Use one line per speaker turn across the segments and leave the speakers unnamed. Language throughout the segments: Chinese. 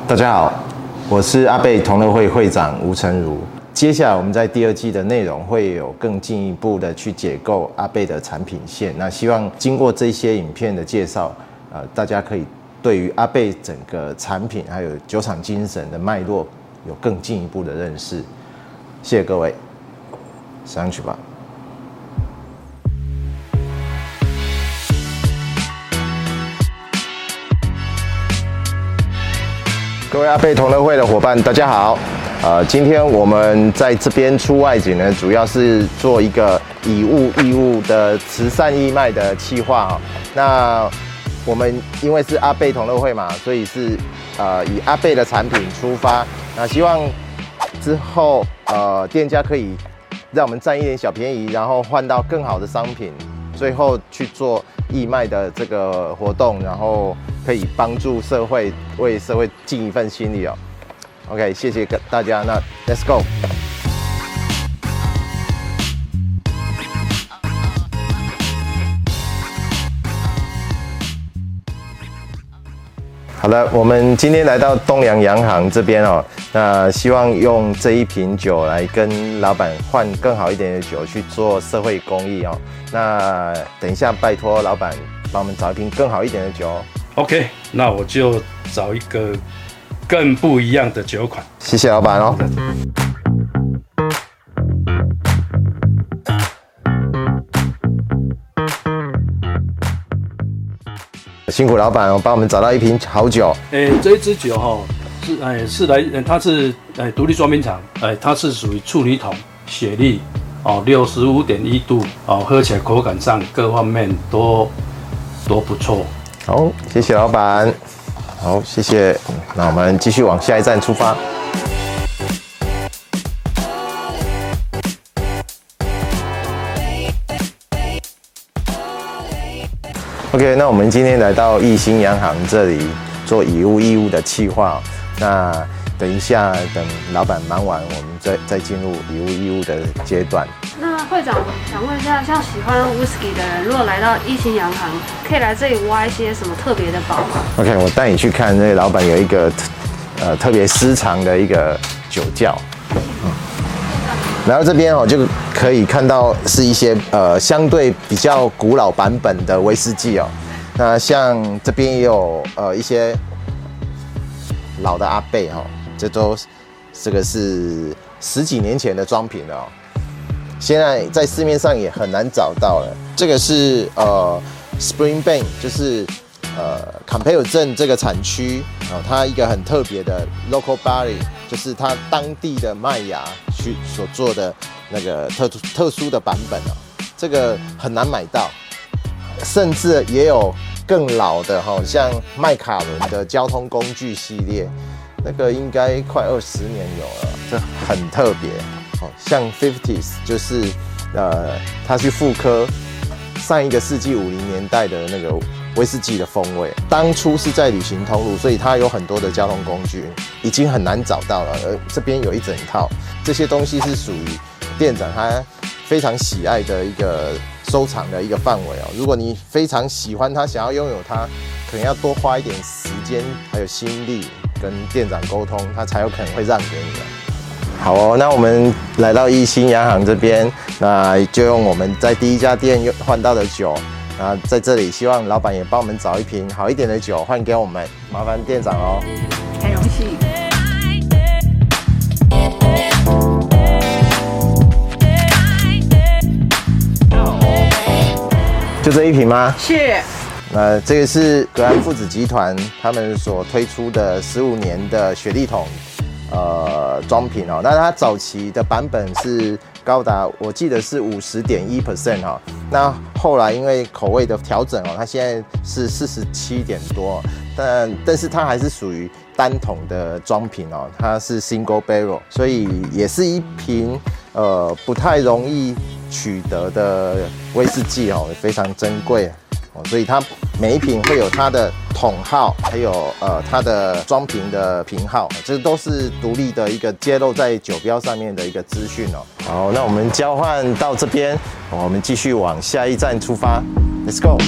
大家好，我是阿贝同乐会会长吴成儒。接下来我们在第2季的内容会有更进一步的去解构阿贝的产品线。那希望经过这些影片的介绍，大家可以对于阿贝整个产品还有酒厂精神的脉络有更进一步的认识。谢谢各位，上去吧。各位阿贝同乐会的伙伴，大家好。今天我们在这边出外景呢，主要是做一个以物易物的慈善义卖的企划。那我们因为是阿贝同乐会嘛，所以是以阿贝的产品出发。那希望之后店家可以让我们占一点小便宜，然后换到更好的商品，最后去做义卖的这个活动，然后可以帮助社会，为社会尽一份心力哦。OK， 谢谢大家，那 Let's go。好的，我们今天来到东洋洋行这边哦，那希望用这一瓶酒来跟老板换更好一点的酒去做社会公益哦。那等一下拜托老板帮我们找一瓶更好一点的酒哦。
OK， 那我就找一个更不一样的酒款。
谢谢老板哦。辛苦老板哦，帮我们找到一瓶好酒。
这一支酒它是独立装瓶厂，它是属于处女桶雪莉，65.1度喝起来口感上各方面都不错。
好，谢谢老板。好，谢谢。那我们继续往下一站出发。OK， 那我们今天来到义兴洋行这里做以物易物的企划。那等一下，等老板忙完，我们再进入以物易物的阶段。
那会长想问一下，像喜欢 whisky 的人，如果来到义兴洋行，可以来这里挖一些什么特别的宝吗
？OK， 我带你去看，那老板有一个特别私藏的一个酒窖。来到这边哦，就可以看到是一些相对比较古老版本的威士忌哦。那像这边也有一些老的阿贝哦，这个是10几年前的装瓶了哦。现在在市面上也很难找到了。这个是Springbank， 就是Campbell 镇这个产区它一个很特别的 local barley， 就是它当地的麦芽去所做的那个特殊的版本哦。这个很难买到，甚至也有更老的像麦卡伦的交通工具系列，那个应该快20年有了，这很特别。像 50s 就是它去复刻上一个世纪50年代的那个威士忌的风味。当初是在旅行通路，所以它有很多的交通工具，已经很难找到了。而这边有一整套，这些东西是属于店长他非常喜爱的一个收藏的一个范围哦。如果你非常喜欢它，想要拥有它，可能要多花一点时间还有心力跟店长沟通，他才有可能会让给你的。好哦，那我们来到义兴洋行这边，那就用我们在第一家店换到的酒，那在这里希望老板也帮我们找一瓶好一点的酒换给我们，麻烦店长哦。
很荣幸。
就这一瓶吗？
是。
这个是格兰父子集团他们所推出的15年的雪莉桶装瓶哦。那它早期的版本是高达我记得是50.1% 哦。那后来因为口味的调整哦，它现在是47点多，但是它还是属于单桶的装瓶哦，它是 single barrel， 所以也是一瓶不太容易取得的威士忌哦，非常珍贵哦，所以它每一瓶会有它的桶号，还有它的装瓶的瓶号，这都是独立的一个揭露在酒标上面的一个资讯哦。好，那我们交换到这边，我们继续往下一站出发 ，Let's go。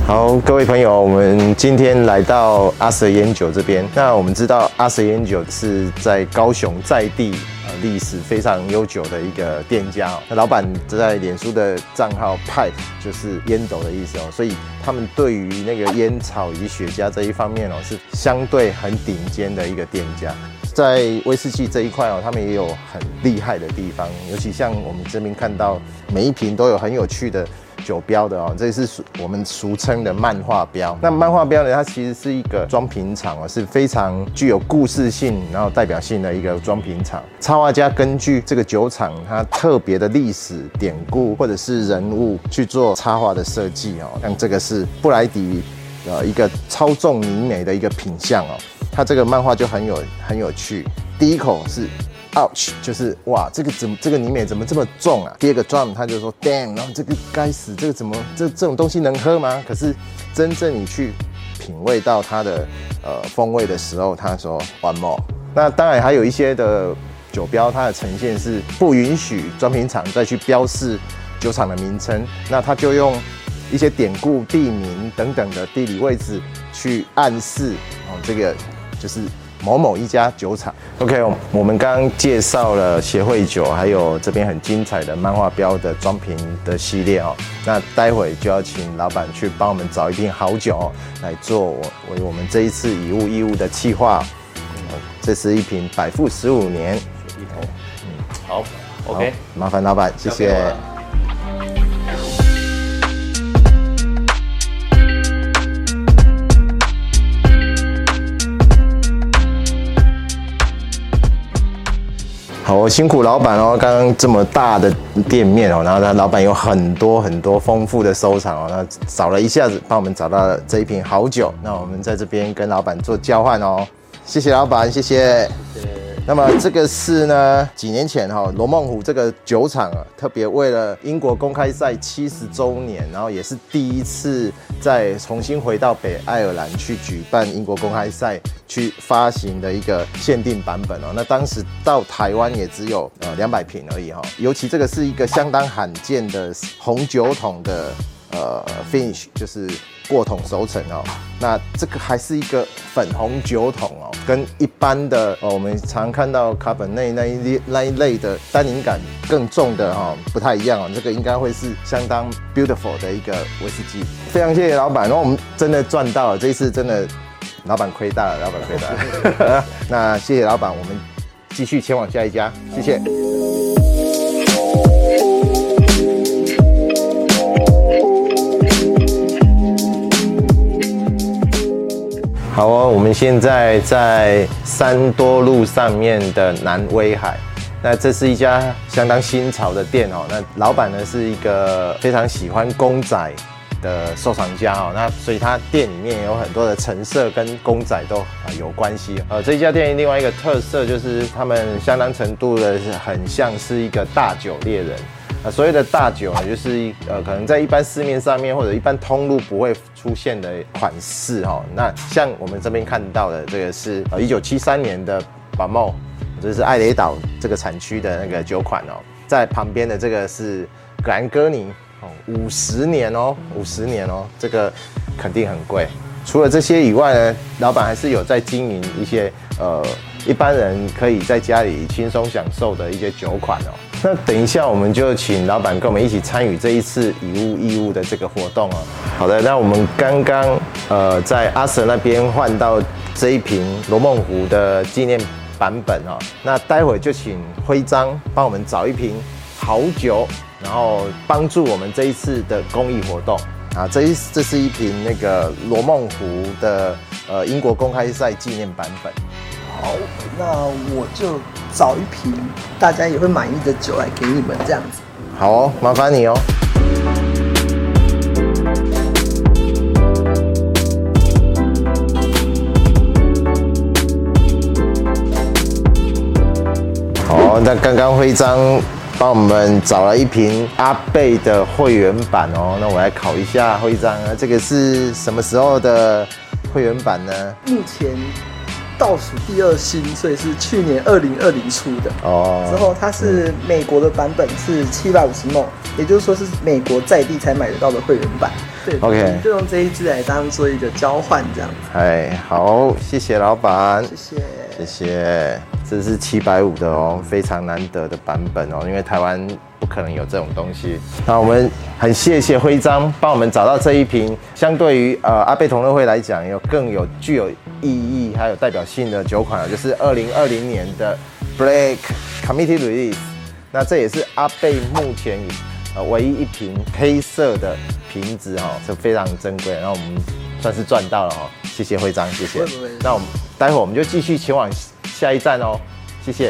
好，各位朋友，我们今天来到阿蛇烟酒这边。那我们知道阿蛇烟酒是在高雄在地历史非常悠久的一个店家哦。那老板在脸书的账号 pipe 就是烟斗的意思哦，所以他们对于那个烟草以及雪茄这一方面哦，是相对很顶尖的一个店家。在威士忌这一块哦，他们也有很厉害的地方，尤其像我们这边看到每一瓶都有很有趣的酒标的哦，这是我们俗称的漫画标。那漫画标呢，它其实是一个装瓶厂哦，是非常具有故事性，然后代表性的一个装瓶厂。插画家根据这个酒厂它特别的历史典故或者是人物去做插画的设计哦，像这个是布莱迪一个超重泥煤的一个品相哦，它这个漫画就很有趣。第一口是 ouch， 就是哇，这个泥煤怎么这么重啊？第二个 drum 他就说 damn， 然后这个该死，这个怎么这种东西能喝吗？可是真正你去品味到它的风味的时候，他说 one more。那当然还有一些的酒标，它的呈现是不允许装瓶厂再去标示酒厂的名称，那他就用一些典故、地名等等的地理位置去暗示哦，这个就是某某一家酒厂。OK， 我们刚刚介绍了协会酒，还有这边很精彩的漫画标的装瓶的系列哦。那待会就要请老板去帮我们找一瓶好酒哦，来做为我们这一次以物易物的企划。这是一瓶百富15年。
好 ，OK，
麻烦老板，谢谢。好，辛苦老板哦，刚刚这么大的店面哦，然后他老板有很多丰富的收藏哦，那找了一下子帮我们找到了这一瓶好酒，那我们在这边跟老板做交换哦，谢谢老板，谢谢。那么这个是呢，几年前罗梦湖这个酒厂啊，特别为了英国公开赛70周年，然后也是第一次再重新回到北爱尔兰去举办英国公开赛，去发行的一个限定版本哦。那当时到台湾也只有200瓶而已哈，尤其这个是一个相当罕见的红酒桶的finish， 就是过桶熟成哦。那这个还是一个粉红酒桶哦，跟一般的我们常看到卡本内那一类的单宁感更重的不太一样哦。这个应该会是相当 beautiful 的一个威士忌。非常谢谢老板，然后我们真的赚到了，这一次真的老板亏大了，老板亏大了。那谢谢老板，我们继续前往下一家，谢谢。好哦，我们现在在三多路上面的南威海，那这是一家相当新潮的店哦。那老板呢是一个非常喜欢公仔的收藏家哦，那所以他店里面有很多的陈设跟公仔都有关系。这一家店另外一个特色就是他们相当程度的很像是一个大酒猎人。所谓的大酒呢，就是可能在一般市面上面或者一般通路不会出现的款式哈。那像我们这边看到的这个是1973年的宝梦，这是艾雷岛这个产区的那个酒款哦。在旁边的这个是格兰哥尼，50年哦，50年哦，这个肯定很贵。除了这些以外呢，老板还是有在经营一些一般人可以在家里轻松享受的一些酒款哦。那等一下我们就请老板跟我们一起参与这一次以物易物的这个活动哦。好的，那我们刚刚在阿蛇那边换到这一瓶罗梦湖的纪念版本哦。那待会就请徽章帮我们找一瓶好酒，然后帮助我们这一次的公益活动啊。这是一瓶那个罗梦湖的英国公开赛纪念版本。
好，那我就找一瓶大家也会满意的酒来给你们，这样子。
好哦，麻烦你哦。好，那刚刚徽章帮我们找了一瓶阿贝的会员版哦，那我来考一下徽章啊，这个是什么时候的会员版呢？
目前倒数第2新，所以是去年2020出的哦。之后它是美国的版本是750ml，也就是说是美国在地才买得到的会员版。 对
，OK，
就用这一支来当做一个交换这样子。
哎，好，谢谢老板，
谢谢，
谢谢。这是750的哦，非常难得的版本哦，因为台湾不可能有这种东西。那我们很谢谢徽章帮我们找到这一瓶，相对于阿贝同乐会来讲，更具有意义还有代表性的酒款，就是2020年的 Black Committee Release。那这也是阿贝目前唯一一瓶黑色的瓶子哦，是非常珍贵。然后我们算是赚到了哦，谢谢徽章，谢谢。那我们待会我们就继续前往下一站哦，谢谢。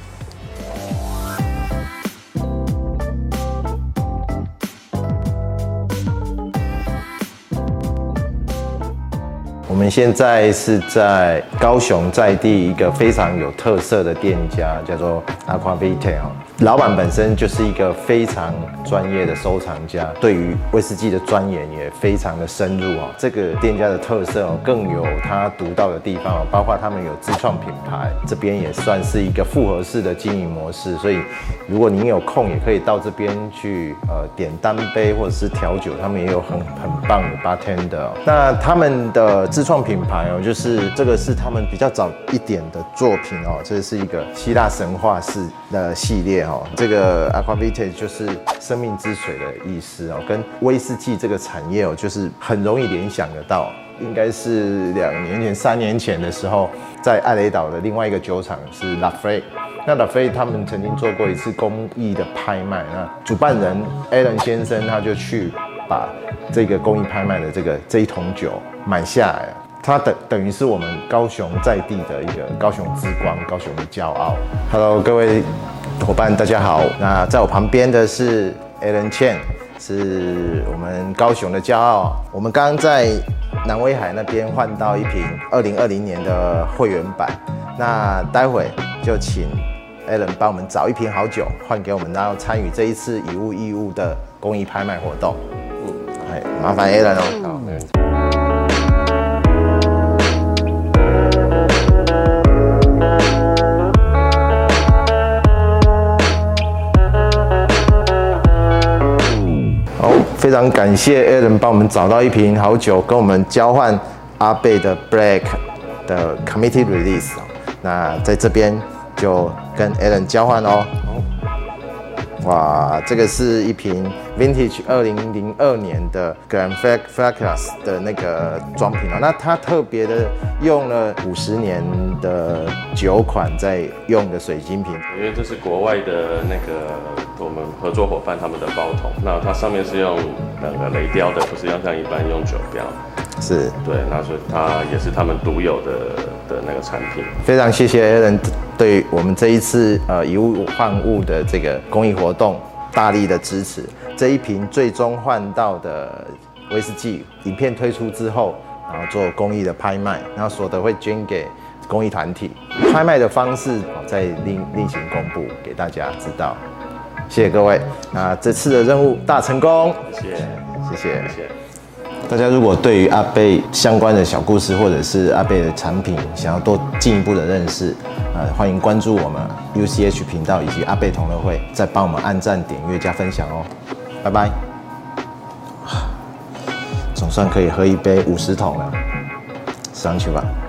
我们现在是在高雄在地一个非常有特色的店家，叫做 Aquavitae 哦。老板本身就是一个非常专业的收藏家，对于威士忌的钻研也非常的深入哦。这个店家的特色哦，更有它独到的地方哦，包括他们有自创品牌，这边也算是一个复合式的经营模式。所以，如果您有空，也可以到这边去点单杯或者是调酒，他们也有很棒的 bartender 哦。那他们的自创品牌哦，就是这个是他们比较早一点的作品哦，这是一个希腊神话式的系列。这个 Aquavitae 就是生命之水的意思哦，跟威士忌这个产业哦，就是很容易联想得到。应该是2年前、3年前的时候，在艾雷岛的另外一个酒厂是 Lafite。那 Lafite 他们曾经做过一次公益的拍卖，那主办人 Alan 先生他就去把这个公益拍卖的这一桶酒买下来了。它等于是我们高雄在地的一个高雄之光，高雄的骄傲。Hello， 各位伙伴，大家好。那在我旁边的是 Alan Chen， 是我们高雄的骄傲。我们刚刚在南威海那边换到一瓶2020年的会员版，那待会就请 Alan 帮我们找一瓶好酒换给我们，然后参与这一次以物易物的公益拍卖活动。麻烦 Alan 哦。好，没问题。非常感谢 Alan 帮我们找到一瓶好酒，跟我们交换阿贝的 Black 的 Committee Release。那在这边就跟 Alan 交换哦。哇，这个是一瓶 Vintage 2002年的 Glenfarclas 的那个装瓶哦。那它特别的用了50年的酒款在用的水晶瓶，
因为这是国外的那个我们合作伙伴他们的包桶，那它上面是用那个雷雕的，不是像一般用酒标。
是
对，那所以它也是他们独有的那个产品。
非常谢谢 Alan 对我们这一次以物换物的这个公益活动大力的支持。这一瓶最终换到的威士忌，影片推出之后，然后做公益的拍卖，然后所得会捐给公益团体。拍卖的方式再另行公布给大家知道。谢谢各位，那这次的任务大成功，
谢谢，
谢谢，
谢谢。
大家如果对于阿贝相关的小故事，或者是阿贝的产品，想要多进一步的认识，欢迎关注我们 UCH 频道以及阿贝同乐会，再帮我们按赞、点阅、加分享哦。拜拜。总算可以喝一杯50桶了，上去吧。